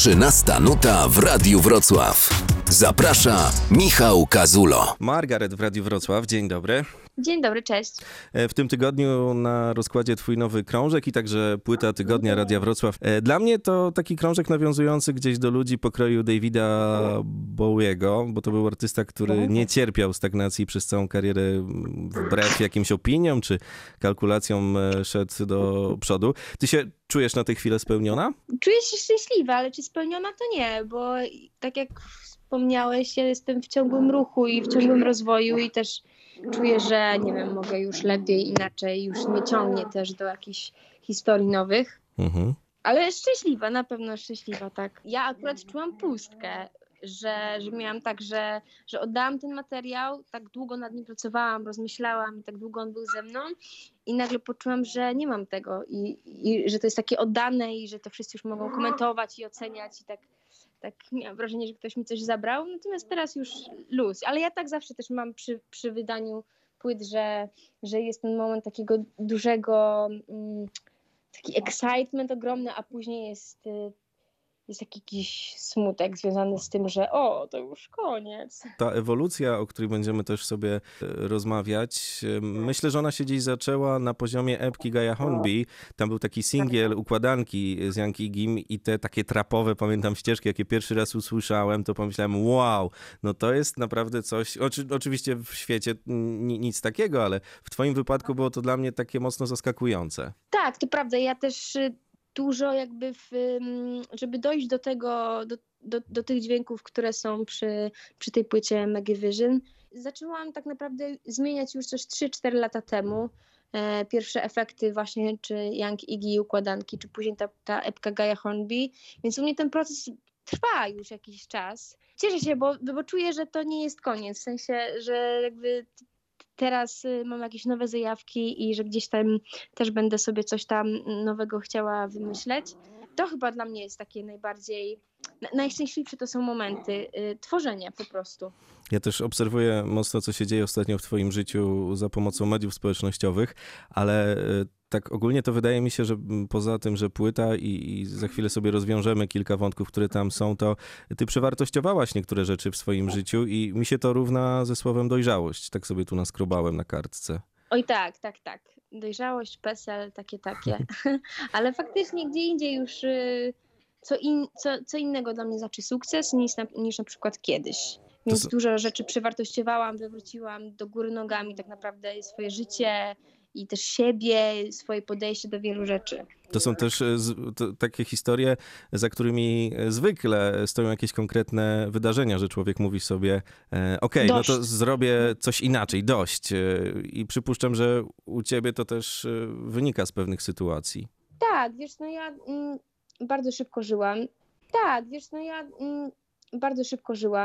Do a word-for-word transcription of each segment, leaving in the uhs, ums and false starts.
Trzynasta nuta w Radiu Wrocław. Zaprasza Michał Kazulo. Margaret w Radiu Wrocław, dzień dobry. Dzień dobry, cześć. W tym tygodniu na rozkładzie twój nowy krążek i także płyta Tygodnia Radia Wrocław. Dla mnie to taki krążek nawiązujący gdzieś do ludzi pokroju Davida Bowiego, bo to był artysta, który nie cierpiał stagnacji przez całą karierę, wbrew jakimś opiniom czy kalkulacjom szedł do przodu. Ty się czujesz na tę chwilę spełniona? Czuję się szczęśliwa, ale czy spełniona to nie, bo tak jak wspomniałeś, ja jestem w ciągłym ruchu i w ciągłym rozwoju i też czuję, że nie wiem, mogę już lepiej, inaczej, już nie ciągnie też do jakichś historii nowych. Mhm. Ale szczęśliwa, na pewno szczęśliwa, tak. Ja akurat czułam pustkę, że, że miałam tak, że, że oddałam ten materiał, tak długo nad nim pracowałam, rozmyślałam i tak długo on był ze mną i nagle poczułam, że nie mam tego i, i że to jest takie oddane i że to wszyscy już mogą komentować i oceniać i tak Tak miałam wrażenie, że ktoś mi coś zabrał, natomiast teraz już luz. Ale ja tak zawsze też mam przy, przy wydaniu płyt, że, że jest ten moment takiego dużego, um, taki excitement ogromny, a później jest, jest jakiś smutek związany z tym, że o, to już koniec. Ta ewolucja, o której będziemy też sobie rozmawiać, myślę, że ona się gdzieś zaczęła na poziomie epki Gaia Hornby. Tam był taki singiel Układanki z Young Igim i te takie trapowe, pamiętam, ścieżki, jakie pierwszy raz usłyszałem, to pomyślałem, wow, no to jest naprawdę coś, oczy, oczywiście w świecie nic takiego, ale w twoim wypadku było to dla mnie takie mocno zaskakujące. Tak, to prawda, ja też dużo jakby, w, żeby dojść do tego, do, do, do tych dźwięków, które są przy, przy tej płycie Megavision, zaczęłam tak naprawdę zmieniać już coś trzy cztery lata temu. E, pierwsze efekty właśnie, czy Young Iggy, Układanki, czy później ta, ta epka Gaia Hornby, więc u mnie ten proces trwa już jakiś czas. Cieszę się, bo, bo czuję, że to nie jest koniec, w sensie, że jakby teraz mam jakieś nowe zajawki i że gdzieś tam też będę sobie coś tam nowego chciała wymyśleć. To chyba dla mnie jest takie najbardziej, najszczęśliwsze to są momenty y, tworzenia po prostu. Ja też obserwuję mocno, co się dzieje ostatnio w twoim życiu za pomocą mediów społecznościowych, ale tak ogólnie to wydaje mi się, że poza tym, że płyta i, i za chwilę sobie rozwiążemy kilka wątków, które tam są, to ty przewartościowałaś niektóre rzeczy w swoim życiu i mi się to równa ze słowem dojrzałość. Tak sobie tu naskrobałem na kartce. Oj tak, tak, tak. Dojrzałość, PESEL, takie, takie. Ale faktycznie gdzie indziej już y, co, in, co, co innego dla mnie znaczy sukces niż na, niż na przykład kiedyś. Więc to... dużo rzeczy przewartościowałam, wywróciłam do góry nogami tak naprawdę swoje życie i też siebie, swoje podejście do wielu rzeczy. To są też z, to, takie historie, za którymi zwykle stoją jakieś konkretne wydarzenia, że człowiek mówi sobie e, okej, okay, no to zrobię coś inaczej, dość. E, I przypuszczam, że u ciebie to też wynika z pewnych sytuacji. Tak, wiesz, no ja mm, bardzo szybko żyłam. Tak, wiesz, no ja mm, bardzo szybko żyłam.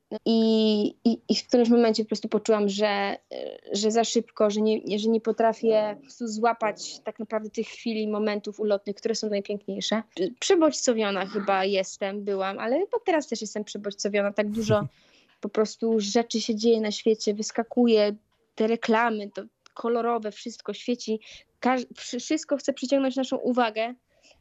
I, i, I w którymś momencie po prostu poczułam, że, że za szybko, że nie, że nie potrafię po prostu złapać tak naprawdę tych chwil i momentów ulotnych, które są najpiękniejsze. Przebodźcowiona chyba jestem, byłam, ale chyba teraz też jestem przebodźcowiona. Tak dużo po prostu rzeczy się dzieje na świecie, wyskakuje, te reklamy, to kolorowe, wszystko świeci, każ- wszystko chce przyciągnąć naszą uwagę.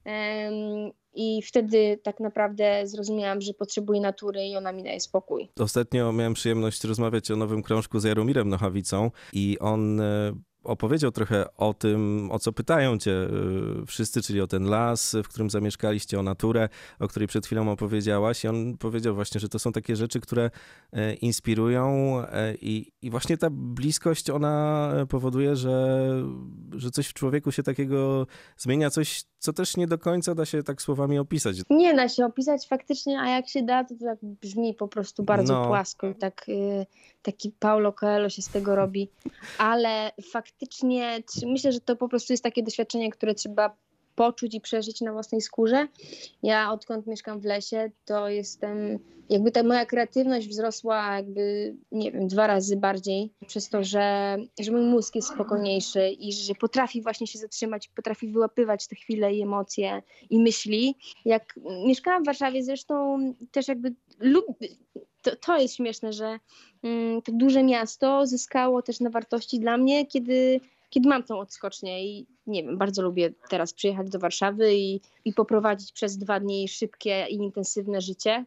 Um, I wtedy tak naprawdę zrozumiałam, że potrzebuję natury i ona mi daje spokój. Ostatnio miałem przyjemność rozmawiać o nowym krążku z Jaromirem Nochawicą i on opowiedział trochę o tym, o co pytają cię wszyscy, czyli o ten las, w którym zamieszkaliście, o naturę, o której przed chwilą opowiedziałaś. I on powiedział właśnie, że to są takie rzeczy, które inspirują i, i właśnie ta bliskość, ona powoduje, że, że coś w człowieku się takiego zmienia, coś, co też nie do końca da się tak słowami opisać. Nie da się opisać faktycznie, a jak się da, to, to tak brzmi po prostu bardzo no. płasko i tak, y, taki Paulo Coelho się z tego robi, ale faktycznie myślę, że to po prostu jest takie doświadczenie, które trzeba poczuć i przeżyć na własnej skórze. Ja odkąd mieszkam w lesie, to jestem, jakby ta moja kreatywność wzrosła jakby, nie wiem, dwa razy bardziej przez to, że, że mój mózg jest spokojniejszy i że potrafi właśnie się zatrzymać, potrafi wyłapywać te chwile i emocje i myśli. Jak mieszkałam w Warszawie zresztą też jakby lub, to, to jest śmieszne, że mm, to duże miasto zyskało też na wartości dla mnie, kiedy kiedy mam tą odskocznię i nie wiem, bardzo lubię teraz przyjechać do Warszawy i, i poprowadzić przez dwa dni szybkie i intensywne życie.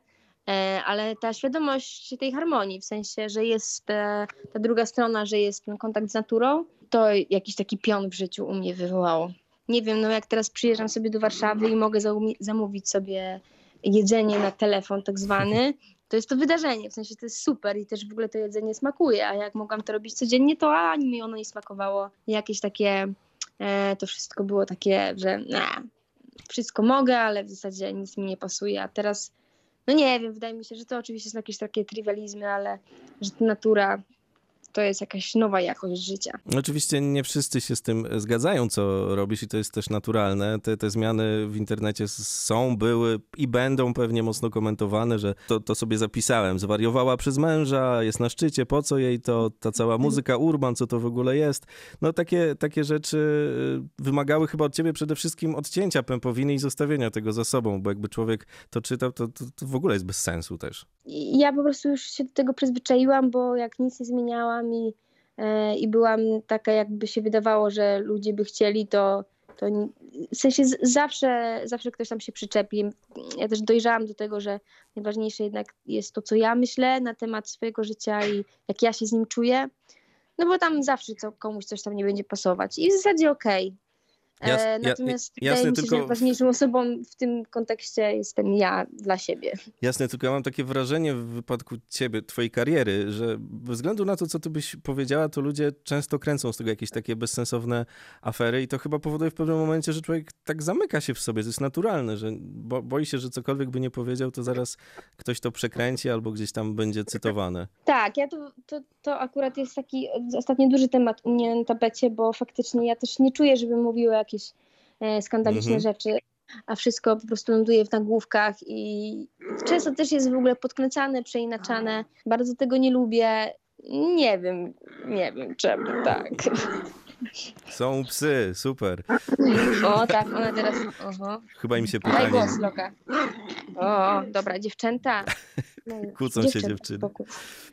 Ale ta świadomość tej harmonii, w sensie, że jest ta druga strona, że jest ten kontakt z naturą, to jakiś taki pion w życiu u mnie wywołało. Nie wiem, no jak teraz przyjeżdżam sobie do Warszawy i mogę zamówić sobie jedzenie na telefon tak zwany, to jest to wydarzenie, w sensie to jest super i też w ogóle to jedzenie smakuje, a jak mogłam to robić codziennie, to ani mi ono nie smakowało. Jakieś takie, e, to wszystko było takie, że nah, wszystko mogę, ale w zasadzie nic mi nie pasuje, a teraz no nie wiem, wydaje mi się, że to oczywiście są jakieś takie trywializmy, ale że ta natura to jest jakaś nowa jakość życia. Oczywiście nie wszyscy się z tym zgadzają, co robisz i to jest też naturalne. Te, te zmiany w internecie są, były i będą pewnie mocno komentowane, że to, to sobie zapisałem. Zwariowała przez męża, jest na szczycie, po co jej to, ta cała muzyka urban, co to w ogóle jest. No takie, takie rzeczy wymagały chyba od ciebie przede wszystkim odcięcia pępowiny i zostawienia tego za sobą, bo jakby człowiek to czytał, to, to, to w ogóle jest bez sensu też. Ja po prostu już się do tego przyzwyczaiłam, bo jak nic nie zmieniałam i, e, i byłam taka, jakby się wydawało, że ludzie by chcieli, to, to w sensie z, zawsze, zawsze ktoś tam się przyczepi. Ja też dojrzałam do tego, że najważniejsze jednak jest to, co ja myślę na temat swojego życia i jak ja się z nim czuję, no bo tam zawsze co, komuś coś tam nie będzie pasować i w zasadzie okej. Okay. Jas, Natomiast ja, jasne, wydaje mi się, tylko... że ważniejszą osobą w tym kontekście jestem ja dla siebie. Jasne, tylko ja mam takie wrażenie w wypadku ciebie, twojej kariery, że bez względu na to, co ty byś powiedziała, to ludzie często kręcą z tego jakieś takie bezsensowne afery i to chyba powoduje w pewnym momencie, że człowiek tak zamyka się w sobie. To jest naturalne, że bo, boi się, że cokolwiek by nie powiedział, to zaraz ktoś to przekręci albo gdzieś tam będzie cytowane. Tak, ja to, to, to akurat jest taki ostatnio duży temat u mnie na tapecie, bo faktycznie ja też nie czuję, żebym mówiła jakieś e, skandaliczne mm-hmm. rzeczy, a wszystko po prostu ląduje w nagłówkach i często też jest w ogóle podkręcane, przeinaczane. Bardzo tego nie lubię. Nie wiem, nie wiem czemu tak. Są psy, super. O tak, one teraz... Oho. Chyba im się pytanie... Daj głos, Loka. O, dobra, dziewczęta. No, kłócą się dziewczyny. Spokój.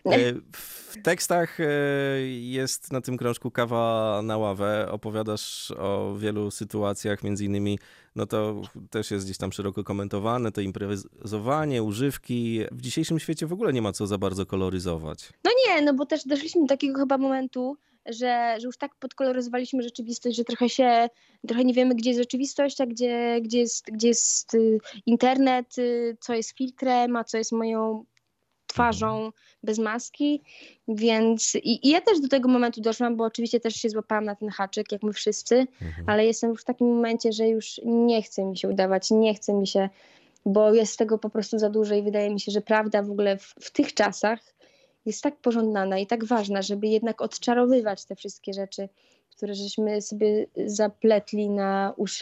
W tekstach jest na tym krążku Kawa na ławę. Opowiadasz o wielu sytuacjach, między innymi, no to też jest gdzieś tam szeroko komentowane, to improwizowanie, używki. W dzisiejszym świecie w ogóle nie ma co za bardzo koloryzować. No nie, no bo też doszliśmy do takiego chyba momentu, że, że już tak podkoloryzowaliśmy rzeczywistość, że trochę się, trochę nie wiemy, gdzie jest rzeczywistość, a gdzie, gdzie, jest, gdzie jest internet, co jest filtrem, a co jest moją twarzą bez maski, więc i, i ja też do tego momentu doszłam, bo oczywiście też się złapałam na ten haczyk, jak my wszyscy, mhm. ale jestem już w takim momencie, że już nie chce mi się udawać, nie chce mi się, bo jest tego po prostu za dużo i wydaje mi się, że prawda w ogóle w, w tych czasach jest tak pożądana i tak ważna, żeby jednak odczarowywać te wszystkie rzeczy, które żeśmy sobie zapletli na uszy,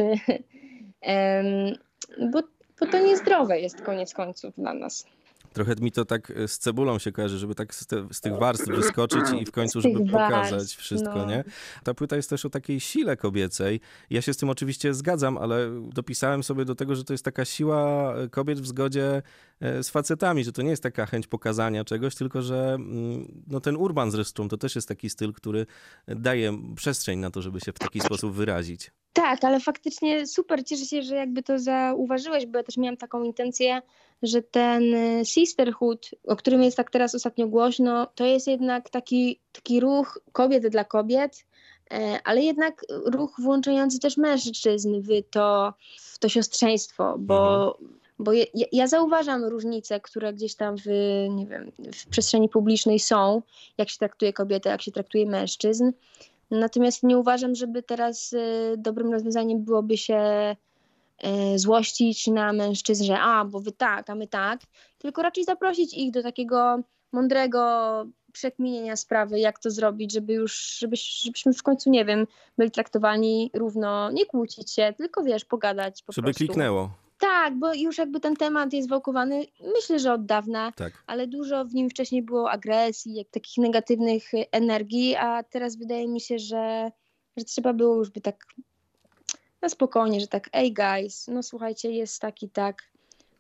um, bo, bo to niezdrowe jest koniec końców dla nas. Trochę mi to tak z cebulą się kojarzy, żeby tak z, te, z tych warstw wyskoczyć i w końcu, żeby pokazać warstw, wszystko, no. nie? Ta płyta jest też o takiej sile kobiecej. Ja się z tym oczywiście zgadzam, ale dopisałem sobie do tego, że to jest taka siła kobiet w zgodzie z facetami, że to nie jest taka chęć pokazania czegoś, tylko że no, ten urban zresztą to też jest taki styl, który daje przestrzeń na to, żeby się w taki sposób wyrazić. Tak, ale faktycznie super, cieszę się, że jakby to zauważyłeś, bo ja też miałam taką intencję, że ten sisterhood, o którym jest tak teraz ostatnio głośno, to jest jednak taki, taki ruch kobiet dla kobiet, ale jednak ruch włączający też mężczyzn w to, w to siostrzeństwo, bo, mhm. bo ja, ja zauważam różnice, które gdzieś tam w, nie wiem, w przestrzeni publicznej są, jak się traktuje kobietę, jak się traktuje mężczyzn. Natomiast nie uważam, żeby teraz y, dobrym rozwiązaniem byłoby się y, złościć na mężczyzn, że a, bo wy tak, a my tak, tylko raczej zaprosić ich do takiego mądrego przekminienia sprawy, jak to zrobić, żeby już, żeby, żebyśmy w końcu, nie wiem, byli traktowani równo, nie kłócić się, tylko wiesz, pogadać po żeby prostu. Żeby kliknęło. Tak, bo już jakby ten temat jest wałkowany, myślę, że od dawna, tak. ale dużo w nim wcześniej było agresji, jak takich negatywnych energii, a teraz wydaje mi się, że, że trzeba było już by tak na spokojnie, że tak, ej guys, no słuchajcie, jest tak i tak,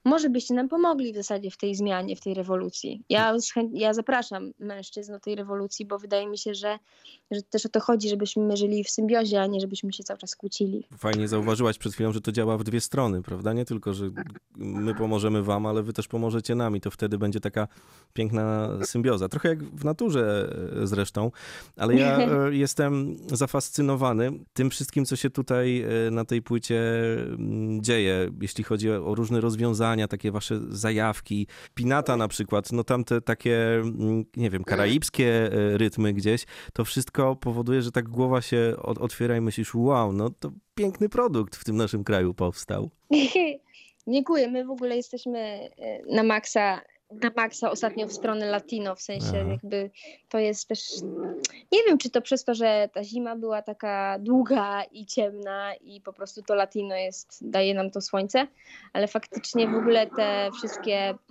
może byście nam pomogli w zasadzie w tej zmianie, w tej rewolucji. Ja, ja zapraszam mężczyzn do tej rewolucji, bo wydaje mi się, że, że też o to chodzi, żebyśmy my żyli w symbiozie, a nie żebyśmy się cały czas kłócili. Fajnie zauważyłaś przed chwilą, że to działa w dwie strony, prawda? Nie tylko, że my pomożemy wam, ale wy też pomożecie nam i to wtedy będzie taka piękna symbioza. Trochę jak w naturze zresztą, ale ja jestem zafascynowany tym wszystkim, co się tutaj na tej płycie dzieje, jeśli chodzi o różne rozwiązania, takie wasze zajawki. Pinata na przykład, no tamte takie, nie wiem, karaibskie rytmy gdzieś, to wszystko powoduje, że tak głowa się otwiera i myślisz, wow, no to piękny produkt w tym naszym kraju powstał. Dziękuję. My w ogóle jesteśmy na maksa, na maksa ostatnio w stronę latino, w sensie Aha. jakby to jest też, nie wiem, czy to przez to, że ta zima była taka długa i ciemna i po prostu to latino jest, daje nam to słońce, ale faktycznie w ogóle te wszystkie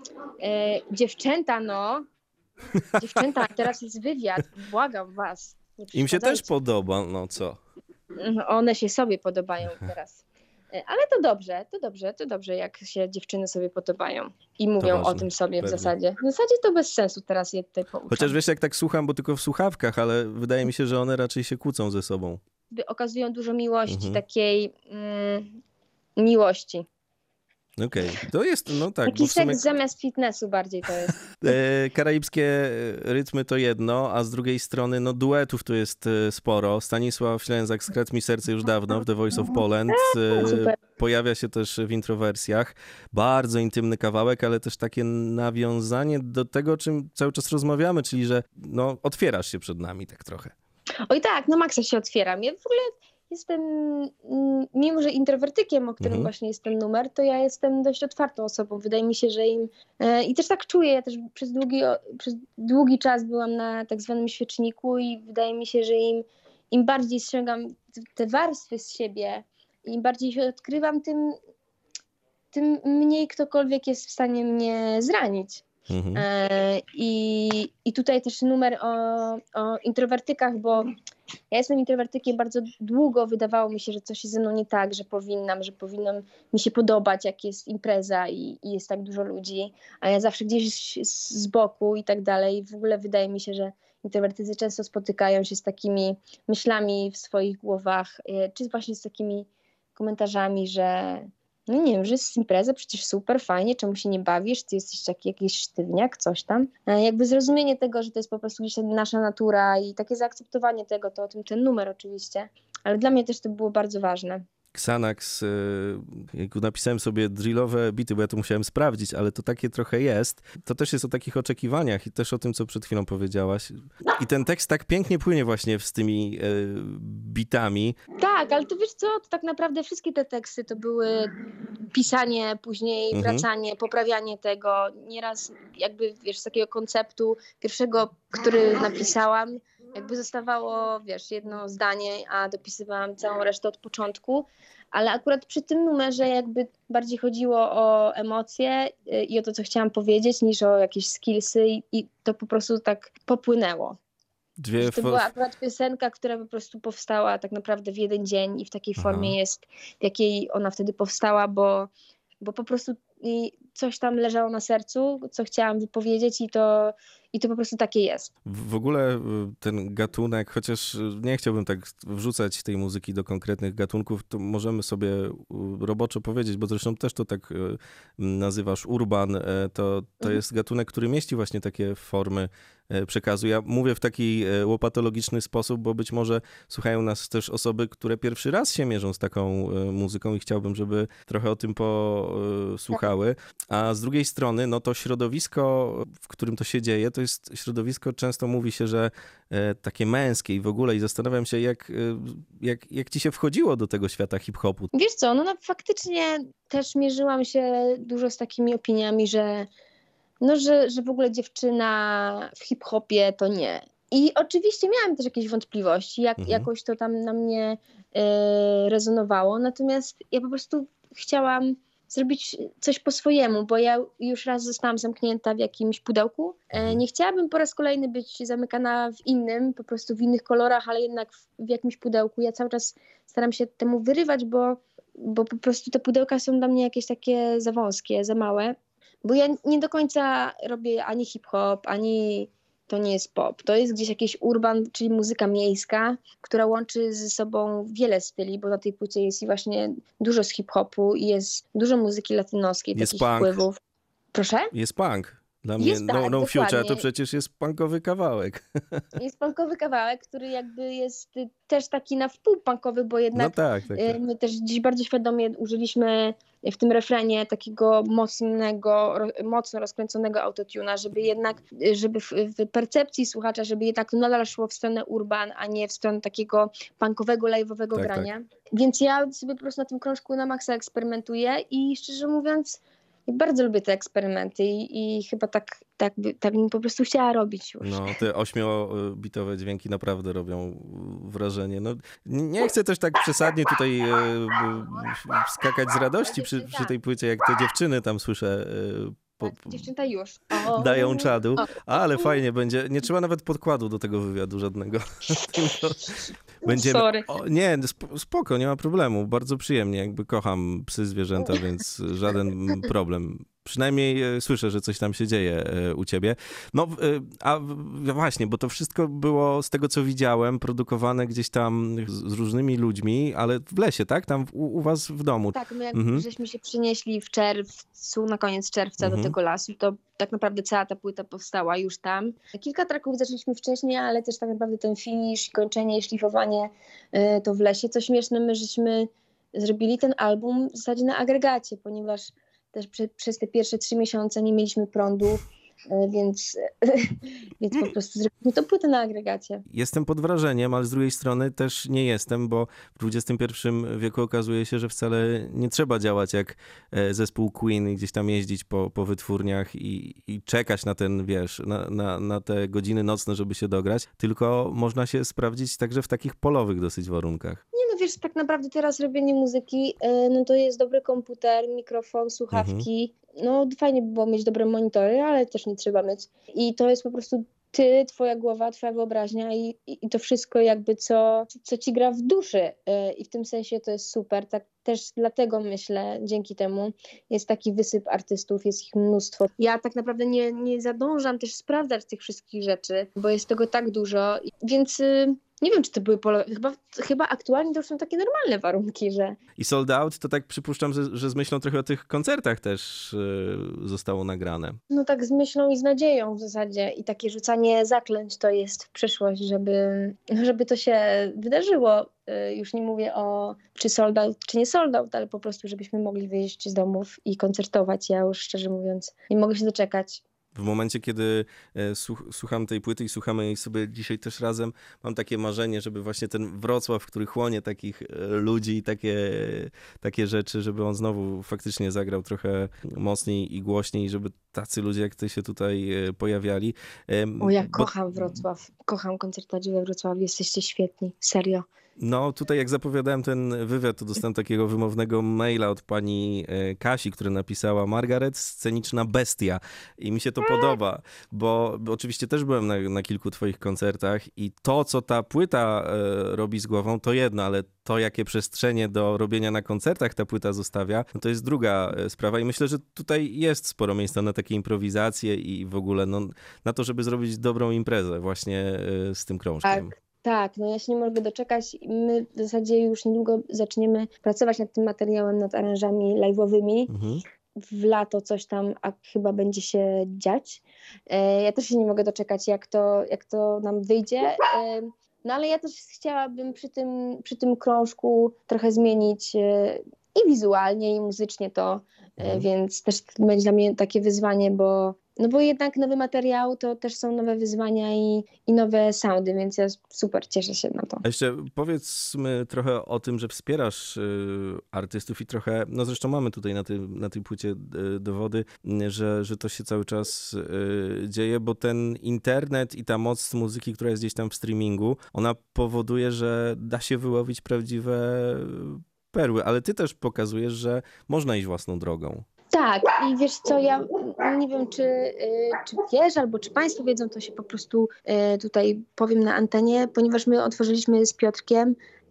e, dziewczęta, no, dziewczęta, teraz jest wywiad, błagam was. Im się też podoba, no co? One się sobie podobają teraz. Ale to dobrze, to dobrze, to dobrze, jak się dziewczyny sobie podobają i mówią ważne, o tym sobie pewnie. w zasadzie. W zasadzie to bez sensu teraz je tutaj pouczam. Chociaż wiesz, jak tak słucham, bo tylko w słuchawkach, ale wydaje mi się, że one raczej się kłócą ze sobą. Okazują dużo miłości, mhm. takiej mm, miłości. Okej, okay. To jest, no tak. Taki bo w sumie... seks zamiast fitnessu bardziej to jest. E, karaibskie rytmy to jedno, a z drugiej strony no duetów tu jest sporo. Stanisław Ślęzak skradł mi serce już dawno w The Voice of Poland. E, pojawia się też w introwersjach. Bardzo intymny kawałek, ale też takie nawiązanie do tego, o czym cały czas rozmawiamy, czyli że no otwierasz się przed nami tak trochę. Oj tak, no maksa się otwieram. Ja w ogóle jestem, mimo że introwertykiem, o którym mhm. właśnie jest ten numer, to ja jestem dość otwartą osobą. Wydaje mi się, że im... E, I też tak czuję, ja też przez długi, przez długi czas byłam na tak zwanym świeczniku i wydaje mi się, że im, im bardziej ściągam te warstwy z siebie, im bardziej się odkrywam, tym, tym mniej ktokolwiek jest w stanie mnie zranić. Mhm. E, i, I tutaj też numer o, o introwertykach, bo ja jestem introwertykiem bardzo długo, wydawało mi się, że coś jest ze mną nie tak, że powinnam, że powinnam mi się podobać, jak jest impreza i, i jest tak dużo ludzi, a ja zawsze gdzieś z, z boku i tak dalej. W ogóle wydaje mi się, że introwertycy często spotykają się z takimi myślami w swoich głowach, czy właśnie z takimi komentarzami, że no nie wiem, że jest impreza, przecież super, fajnie, czemu się nie bawisz, ty jesteś taki jakiś sztywniak, coś tam. Jakby zrozumienie tego, że to jest po prostu gdzieś nasza natura i takie zaakceptowanie tego, to o tym ten numer oczywiście, ale dla mnie też to było bardzo ważne. Xanax, jak napisałem sobie drillowe bity, bo ja to musiałem sprawdzić, ale to takie trochę jest. To też jest o takich oczekiwaniach i też o tym, co przed chwilą powiedziałaś. I ten tekst tak pięknie płynie właśnie z tymi e, bitami. Tak, ale to wiesz co, to tak naprawdę wszystkie te teksty to były pisanie, później mhm. wracanie, poprawianie tego. Nieraz jakby, wiesz, z takiego konceptu pierwszego, który napisałam, jakby zostawało, wiesz, jedno zdanie, a dopisywałam całą resztę od początku, ale akurat przy tym numerze jakby bardziej chodziło o emocje i o to, co chciałam powiedzieć, niż o jakieś skillsy i, i to po prostu tak popłynęło. Dwie to była akurat piosenka, która po prostu powstała tak naprawdę w jeden dzień i w takiej Aha. formie jest, w jakiej ona wtedy powstała, bo, bo po prostu coś tam leżało na sercu, co chciałam wypowiedzieć i to, i to po prostu takie jest. W ogóle ten gatunek, chociaż nie chciałbym tak wrzucać tej muzyki do konkretnych gatunków, to możemy sobie roboczo powiedzieć, bo zresztą też to tak nazywasz urban, to, to jest gatunek, który mieści właśnie takie formy przekazu. Ja mówię w taki łopatologiczny sposób, bo być może słuchają nas też osoby, które pierwszy raz się mierzą z taką muzyką i chciałbym, żeby trochę o tym posłuchały. A z drugiej strony, no to środowisko, w którym to się dzieje, to jest środowisko, często mówi się, że e, takie męskie i w ogóle i zastanawiam się, jak, jak, jak ci się wchodziło do tego świata hip-hopu. Wiesz co, no, no faktycznie też mierzyłam się dużo z takimi opiniami, że no, że, że w ogóle dziewczyna w hip-hopie to nie. I oczywiście miałam też jakieś wątpliwości, jak, mhm. jakoś to tam na mnie e, rezonowało, natomiast ja po prostu chciałam zrobić coś po swojemu, bo ja już raz zostałam zamknięta w jakimś pudełku. E, nie chciałabym po raz kolejny być zamykana w innym, po prostu w innych kolorach, ale jednak w, w jakimś pudełku. Ja cały czas staram się temu wyrywać, bo bo po prostu te pudełka są dla mnie jakieś takie za wąskie, za małe, bo ja nie do końca robię ani hip-hop, ani to nie jest pop. To jest gdzieś jakiś urban, czyli muzyka miejska, która łączy ze sobą wiele styli, bo na tej płycie jest i właśnie dużo z hip-hopu i jest dużo muzyki latynoskiej, Jest takich punk. wpływów. Proszę? Jest punk. Dla mnie Jest No, tak, no Future to dokładnie. przecież jest punkowy kawałek. Jest punkowy kawałek, który jakby jest y, też taki na wpół punkowy, bo jednak No tak, tak, tak. y, my też dziś bardzo świadomie użyliśmy w tym refrenie takiego mocnego, ro, mocno rozkręconego autotuna, żeby jednak, y, żeby w, w percepcji słuchacza, żeby jednak to nadal szło w stronę urban, a nie w stronę takiego punkowego, live'owego Tak, grania. Więc ja sobie po prostu na tym krążku na maksa eksperymentuję i szczerze mówiąc i bardzo lubię te eksperymenty i, i chyba tak, tak, by, tak bym po prostu chciała robić już. No, te ośmiobitowe dźwięki naprawdę robią wrażenie. No, nie chcę też tak przesadnie tutaj e, skakać z radości przy, przy tej płycie, jak te dziewczyny tam słyszę e, po, Tak, dziewczęta już. O. dają czadu, O. ale fajnie będzie. Nie trzeba nawet podkładu do tego wywiadu żadnego. Tylko będziemy... Sorry. O, nie, sp- spoko, nie ma problemu. Bardzo przyjemnie, jakby kocham psy, zwierzęta, więc żaden problem. Przynajmniej e, słyszę, że coś tam się dzieje e, u ciebie. No, e, a w- właśnie, bo to wszystko było z tego, co widziałem, produkowane gdzieś tam z, z różnymi ludźmi, ale w lesie, tak? Tam u, u was w domu. Tak, my jak Mhm. żeśmy się przenieśli w czerwcu, na koniec czerwca Mhm. do tego lasu, to tak naprawdę cała ta płyta powstała już tam. Kilka traków zaczęliśmy wcześniej, ale też tak naprawdę ten finish, kończenie, szlifowanie y, to w lesie. Co śmieszne, my żeśmy zrobili ten album w zasadzie na agregacie, ponieważ też prze, przez te pierwsze trzy miesiące nie mieliśmy prądu, y, więc, więc po prostu zrobiliśmy tą płytę na agregacie. Jestem pod wrażeniem, ale z drugiej strony też nie jestem, bo w dwudziestym pierwszym wieku okazuje się, że wcale nie trzeba działać jak e, zespół Queen i gdzieś tam jeździć po, po wytwórniach i, i czekać na ten, wiesz, na, na, na te godziny nocne, żeby się dograć, tylko można się sprawdzić także w takich polowych dosyć warunkach. Nie no wiesz, tak naprawdę teraz robienie muzyki, y, no to jest dobry komputer, mikrofon, słuchawki. No fajnie by było mieć dobre monitory, ale też nie trzeba mieć. I to jest po prostu ty, twoja głowa, twoja wyobraźnia i, i, i to wszystko jakby co, co ci gra w duszy. Y, I w tym sensie to jest super. Tak też dlatego myślę, dzięki temu jest taki wysyp artystów, jest ich mnóstwo. Ja tak naprawdę nie, nie zadążam też sprawdzać tych wszystkich rzeczy, bo jest tego tak dużo, więc... Y, Nie wiem, czy to były polowe. Chyba, chyba aktualnie to już są takie normalne warunki, że. I Sold Out to tak przypuszczam, że, że z myślą trochę o tych koncertach też e, zostało nagrane. No tak z myślą i z nadzieją w zasadzie. I takie rzucanie zaklęć to jest w przyszłość, żeby, żeby to się wydarzyło. Y, Już nie mówię o czy sold out, czy nie sold out, ale po prostu, żebyśmy mogli wyjść z domów i koncertować. Ja już szczerze mówiąc nie mogę się doczekać. W momencie, kiedy e, słuch, słucham tej płyty i słuchamy jej sobie dzisiaj też razem, mam takie marzenie, żeby właśnie ten Wrocław, który chłonie takich e, ludzi i takie, takie rzeczy, żeby on znowu faktycznie zagrał trochę mocniej i głośniej, żeby tacy ludzie jak ty się tutaj e, pojawiali. E, O, ja bo- kocham Wrocław. Kocham koncertadzi we Wrocławiu. Jesteście świetni. Serio. No tutaj jak zapowiadałem ten wywiad, to dostałem takiego wymownego maila od pani e, Kasi, która napisała: Margaret, sceniczna bestia. I mi się to podoba, bo, bo oczywiście też byłem na, na kilku twoich koncertach i to, co ta płyta e, robi z głową, to jedno, ale to, jakie przestrzenie do robienia na koncertach ta płyta zostawia, no to jest druga e, sprawa i myślę, że tutaj jest sporo miejsca na takie improwizacje i w ogóle no, na to, żeby zrobić dobrą imprezę właśnie e, z tym krążkiem. Tak. Tak, no ja się nie mogę doczekać. My w zasadzie już niedługo zaczniemy pracować nad tym materiałem, nad aranżami live'owymi. Mhm. W lato coś tam a chyba będzie się dziać. E, Ja też się nie mogę doczekać, jak to, jak to nam wyjdzie. E, No ale ja też chciałabym przy tym, przy tym krążku trochę zmienić e, i wizualnie, i muzycznie to, e, Mhm. więc też to będzie dla mnie takie wyzwanie, bo no bo jednak nowy materiał to też są nowe wyzwania i, i nowe soundy, więc ja super cieszę się na to. A jeszcze powiedzmy trochę o tym, że wspierasz y, artystów i trochę, no zresztą mamy tutaj na, tej na tej płycie y, dowody, y, że, że to się cały czas y, dzieje, bo ten internet i ta moc muzyki, która jest gdzieś tam w streamingu, ona powoduje, że da się wyłowić prawdziwe perły, ale ty też pokazujesz, że można iść własną drogą. Tak, i wiesz co, ja nie wiem, czy, y, czy wiesz, albo czy państwo wiedzą, to się po prostu y, tutaj powiem na antenie, ponieważ my otworzyliśmy z Piotrkiem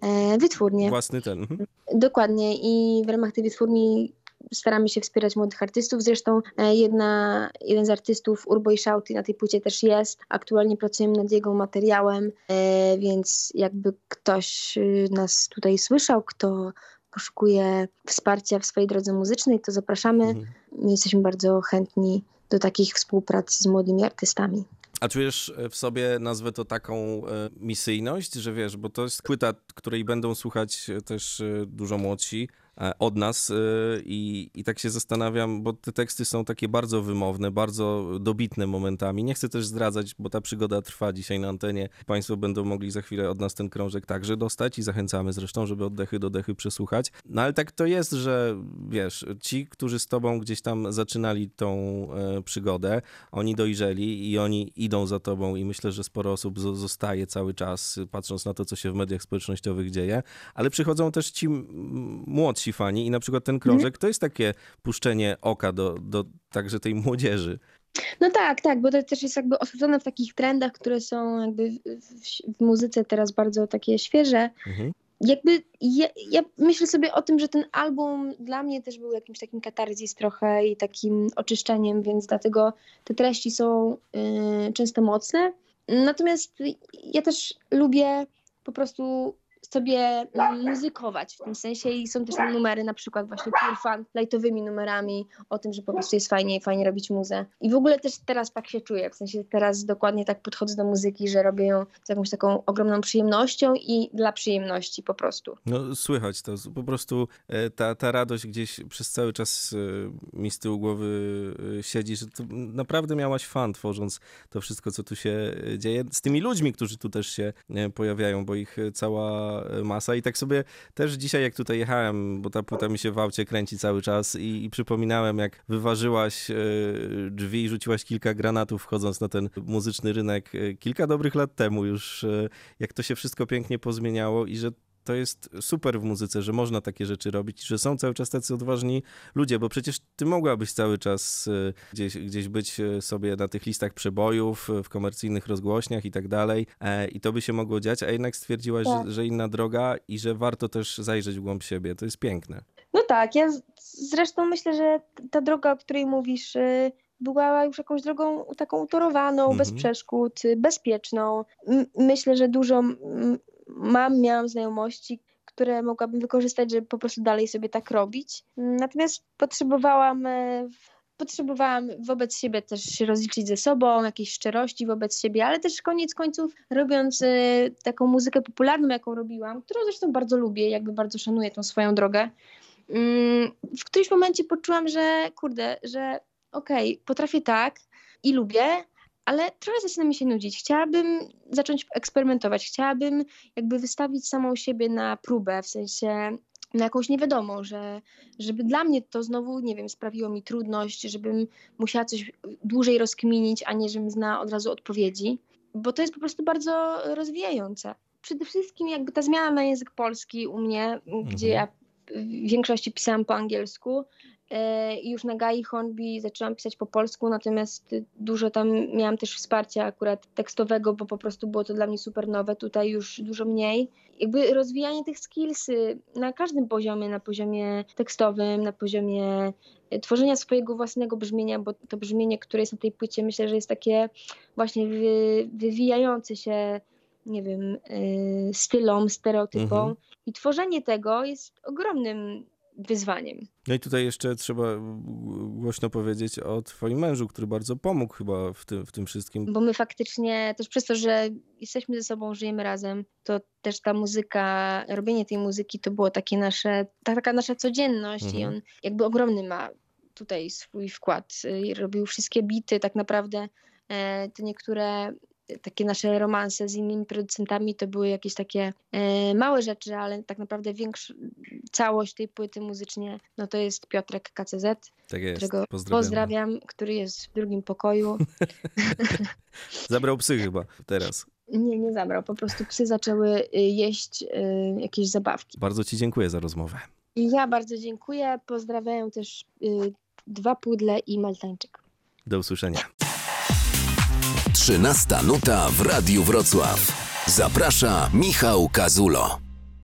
e, wytwórnię. Własny ten. Mhm. Dokładnie i w ramach tej wytwórni staramy się wspierać młodych artystów. Zresztą jedna, jeden z artystów, Urbo i Shouty, na tej płycie też jest. Aktualnie pracujemy nad jego materiałem, e, więc jakby ktoś nas tutaj słyszał, kto poszukuje wsparcia w swojej drodze muzycznej, to zapraszamy. Mhm. My jesteśmy bardzo chętni do takich współprac z młodymi artystami. A czujesz w sobie, nazwę to taką e, misyjność, że wiesz, bo to jest płyta, której będą słuchać też e, dużo młodsi e, od nas e, i, i tak się zastanawiam, bo te teksty są takie bardzo wymowne, bardzo dobitne momentami. Nie chcę też zdradzać, bo ta przygoda trwa dzisiaj na antenie. Państwo będą mogli za chwilę od nas ten krążek także dostać i zachęcamy zresztą, żeby oddechy do dechy przesłuchać. No ale tak to jest, że wiesz, ci, którzy z tobą gdzieś tam zaczynali tą e, przygodę, oni dojrzeli i oni idą za tobą i myślę, że sporo osób z- zostaje cały czas, patrząc na to, co się w mediach społecznościowych dzieje, ale przychodzą też ci m- młodsi fani i na przykład ten krążek mm. to jest takie puszczenie oka do, do także tej młodzieży. No tak, tak, bo to też jest jakby osadzone w takich trendach, które są jakby w, w, w muzyce teraz bardzo takie świeże. Mhm. Jakby ja, ja myślę sobie o tym, że ten album dla mnie też był jakimś takim katarzis trochę i takim oczyszczeniem, więc dlatego te treści są y, często mocne. Natomiast ja też lubię po prostu sobie muzykować w tym sensie i są też numery na przykład właśnie Pure Fun, lightowymi numerami o tym, że po prostu jest fajnie i fajnie robić muzę. I w ogóle też teraz tak się czuję, w sensie teraz dokładnie tak podchodzę do muzyki, że robię ją z jakąś taką ogromną przyjemnością i dla przyjemności po prostu. No słychać to, po prostu ta, ta radość gdzieś przez cały czas mi z tyłu głowy siedzi, że to naprawdę miałaś fan tworząc to wszystko, co tu się dzieje, z tymi ludźmi, którzy tu też się pojawiają, bo ich cała masa i tak sobie też dzisiaj jak tutaj jechałem, bo ta płyta mi się w aucie kręci cały czas i, i przypominałem jak wyważyłaś e, drzwi i rzuciłaś kilka granatów wchodząc na ten muzyczny rynek e, kilka dobrych lat temu już, e, jak to się wszystko pięknie pozmieniało i że to jest super w muzyce, że można takie rzeczy robić, że są cały czas tacy odważni ludzie, bo przecież ty mogłabyś cały czas gdzieś, gdzieś być sobie na tych listach przebojów, w komercyjnych rozgłośniach i tak dalej i to by się mogło dziać, a jednak stwierdziłaś, tak. że, że inna droga i że warto też zajrzeć w głąb siebie. To jest piękne. No tak, ja zresztą myślę, że ta droga, o której mówisz, była już jakąś drogą taką utorowaną, mhm. bez przeszkód, bezpieczną. Myślę, że dużo mam, miałam znajomości, które mogłabym wykorzystać, żeby po prostu dalej sobie tak robić. Natomiast potrzebowałam, potrzebowałam wobec siebie też się rozliczyć ze sobą, jakiejś szczerości wobec siebie, ale też koniec końców robiąc taką muzykę popularną, jaką robiłam, którą zresztą bardzo lubię, jakby bardzo szanuję tą swoją drogę, w którymś momencie poczułam, że kurde, że okej, okay, potrafię tak i lubię, ale trochę zaczyna mi się nudzić. Chciałabym zacząć eksperymentować, chciałabym jakby wystawić samą siebie na próbę, w sensie na jakąś niewiadomą, że żeby dla mnie to znowu, nie wiem, sprawiło mi trudność, żebym musiała coś dłużej rozkminić, a nie żebym znała od razu odpowiedzi, bo to jest po prostu bardzo rozwijające. Przede wszystkim jakby ta zmiana na język polski u mnie, mhm. gdzie ja w większości pisałam po angielsku, i już na Gai Hornby zaczęłam pisać po polsku, natomiast dużo tam miałam też wsparcia akurat tekstowego, bo po prostu było to dla mnie super nowe, tutaj już dużo mniej. Jakby rozwijanie tych skillsy na każdym poziomie, na poziomie tekstowym, na poziomie tworzenia swojego własnego brzmienia, bo to brzmienie, które jest na tej płycie, myślę, że jest takie właśnie wy, wywijające się, nie wiem, stylom, stereotypom mhm. i tworzenie tego jest ogromnym wyzwaniem. No i tutaj jeszcze trzeba głośno powiedzieć o twoim mężu, który bardzo pomógł chyba w tym, w tym wszystkim. Bo my faktycznie też przez to, że jesteśmy ze sobą, żyjemy razem, to też ta muzyka, robienie tej muzyki to było takie nasze, taka nasza codzienność mhm. i on jakby ogromny ma tutaj swój wkład. Robił wszystkie bity, tak naprawdę te niektóre takie nasze romanse z innymi producentami to były jakieś takie e, małe rzeczy, ale tak naprawdę większa całość tej płyty muzycznie, no to jest Piotrek K C Z, tak jest. którego pozdrawiam. pozdrawiam, który jest w drugim pokoju. Zabrał psy chyba teraz. Nie, nie zabrał, po prostu psy zaczęły jeść y, jakieś zabawki. Bardzo ci dziękuję za rozmowę. Ja bardzo dziękuję, pozdrawiam też y, dwa pudle i maltańczyk. Do usłyszenia. Trzynasta nuta w Radiu Wrocław. Zaprasza Michał Kazulo.